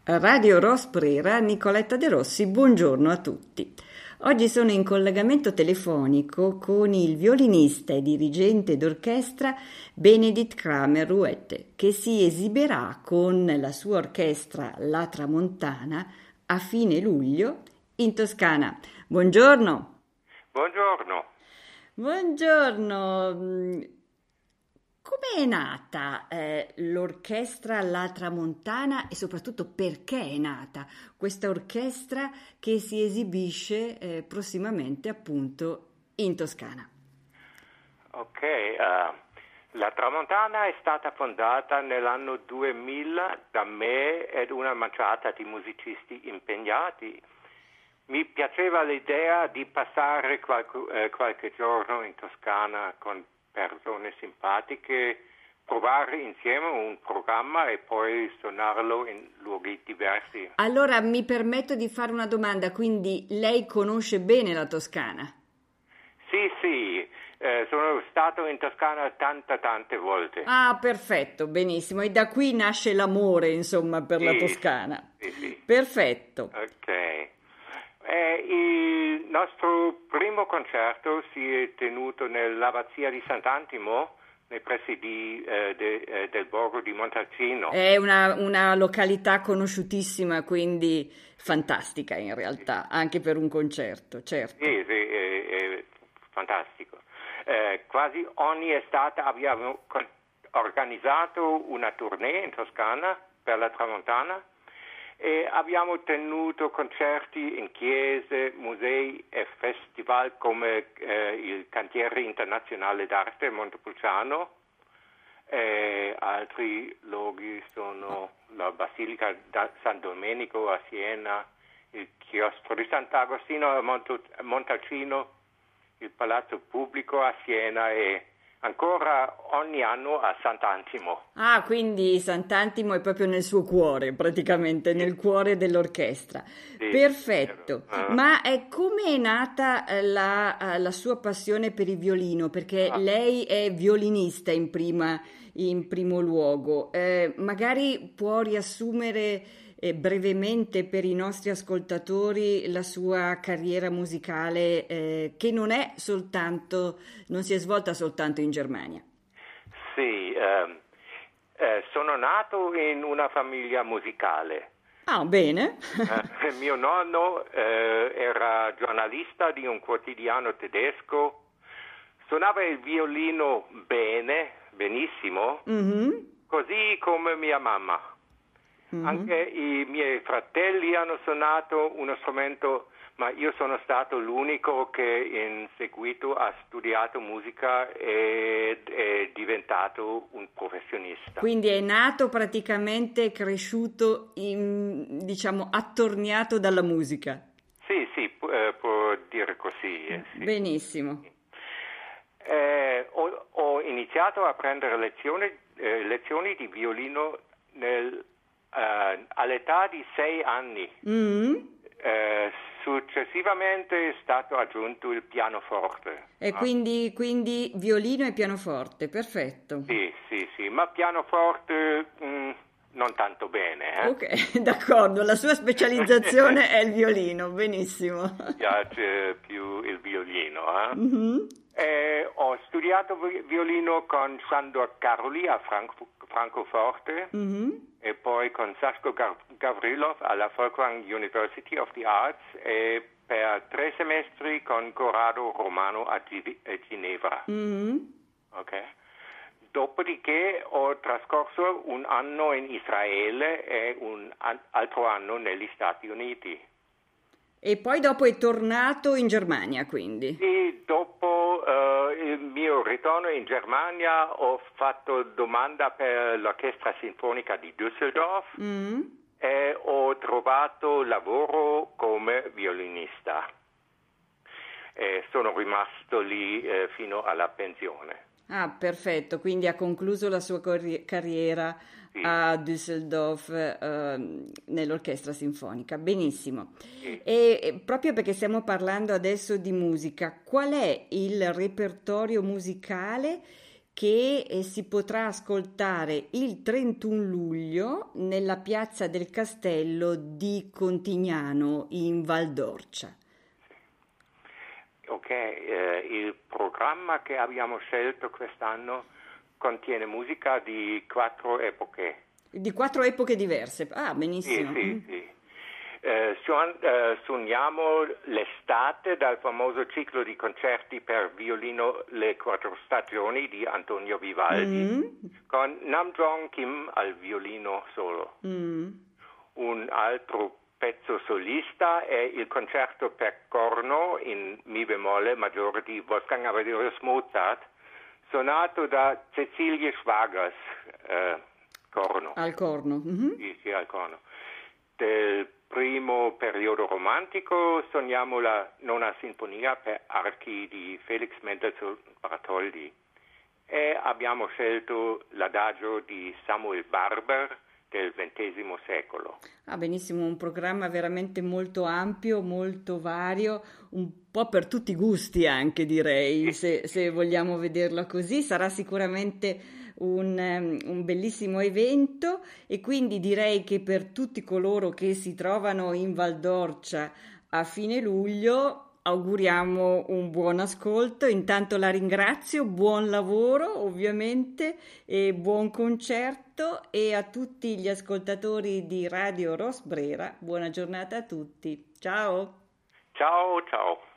Radio Rosprera, Nicoletta De Rossi, buongiorno a tutti. Oggi sono in collegamento telefonico con il violinista e dirigente d'orchestra Benedict Kramer-Ruete, che si esibirà con la sua orchestra La Tramontana a fine luglio in Toscana. Buongiorno. Buongiorno. Buongiorno. Come è nata l'orchestra La Tramontana e soprattutto perché è nata questa orchestra che si esibisce prossimamente appunto in Toscana? Ok, la Tramontana è stata fondata nell'anno 2000 da me ed una manciata di musicisti impegnati. Mi piaceva l'idea di passare qualche giorno in Toscana con persone simpatiche, provare insieme un programma e poi suonarlo in luoghi diversi. Allora mi permetto di fare una domanda, quindi lei conosce bene la Toscana? Sì, sono stato in Toscana tante volte. Ah, perfetto, benissimo. E da qui nasce l'amore, insomma, per la Toscana. Sì. Perfetto. Ok. Il nostro primo concerto si è tenuto nell'abbazia di Sant'Antimo, nei pressi del borgo di Montalcino. È una località conosciutissima, quindi fantastica in realtà, anche per un concerto, certo. Sì, è fantastico. Quasi ogni estate abbiamo organizzato una tournée in Toscana per la Tramontana e abbiamo tenuto concerti in chiese, musei e festival come il Cantiere Internazionale d'Arte Montepulciano e altri luoghi sono la Basilica San Domenico a Siena, il chiostro di Sant'Agostino a Montalcino, il Palazzo Pubblico a Siena e ancora ogni anno a Sant'Antimo. Ah, quindi Sant'Antimo è proprio nel suo cuore, praticamente, nel cuore dell'orchestra. Sì, Perfetto. Ma come è nata la sua passione per il violino? Perché lei è violinista in primo luogo. Magari può riassumere brevemente per i nostri ascoltatori la sua carriera musicale che non si è svolta soltanto in Germania. Sì, sono nato in una famiglia musicale. Ah, bene. Mio nonno era giornalista di un quotidiano tedesco, suonava il violino benissimo, così come mia mamma. Anche i miei fratelli hanno suonato uno strumento, ma io sono stato l'unico che in seguito ha studiato musica ed è diventato un professionista. Quindi è nato praticamente cresciuto, diciamo, attorniato dalla musica. Sì, può dire così. Sì. Benissimo. Ho iniziato a prendere lezioni di violino all'età di 6 anni. Successivamente è stato aggiunto il pianoforte. E quindi violino e pianoforte, perfetto. Sì, ma pianoforte non tanto bene. Ok, d'accordo, la sua specializzazione è il violino, benissimo. Mi piace più il violino. Ho studiato violino con Sandor Caroli a Francoforte e poi con Sasko Gavrilov alla Folkwang University of the Arts e per 3 semestri con Corrado Romano a Ginevra. Okay. Dopodiché ho trascorso un anno in Israele e un altro anno negli Stati Uniti. E poi dopo è tornato in Germania, quindi? Sì, dopo il mio ritorno in Germania ho fatto domanda per l'Orchestra Sinfonica di Düsseldorf e ho trovato lavoro come violinista. E sono rimasto lì fino alla pensione. Ah, perfetto, quindi ha concluso la sua carriera a Düsseldorf nell'orchestra sinfonica. Benissimo. E proprio perché stiamo parlando adesso di musica, qual è il repertorio musicale che si potrà ascoltare il 31 luglio nella piazza del Castello di Contignano in Val d'Orcia. Ok, il programma che abbiamo scelto quest'anno contiene musica di 4 epoche. Di 4 epoche diverse. Ah, benissimo. Sì. Suoniamo l'estate dal famoso ciclo di concerti per violino Le Quattro Stagioni di Antonio Vivaldi, con Nam Jong Kim al violino solo. Un altro pezzo solista è il concerto per corno in Mi bemolle maggiore di Wolfgang Amadeus Mozart, suonato da Cecilie Schwagers, corno. Al corno. Sì, al corno. Del primo periodo romantico suoniamo la Nona Sinfonia per archi di Felix Mendelssohn Bartholdy e abbiamo scelto l'adagio di Samuel Barber del XX secolo. Ah, benissimo, un programma veramente molto ampio, molto vario, un po' per tutti i gusti anche direi, se vogliamo vederlo così. Sarà sicuramente un bellissimo evento e quindi direi che per tutti coloro che si trovano in Val d'Orcia a fine luglio auguriamo un buon ascolto. Intanto la ringrazio, buon lavoro ovviamente e buon concerto, e a tutti gli ascoltatori di Radio Rosbrera buona giornata a tutti. Ciao. Ciao.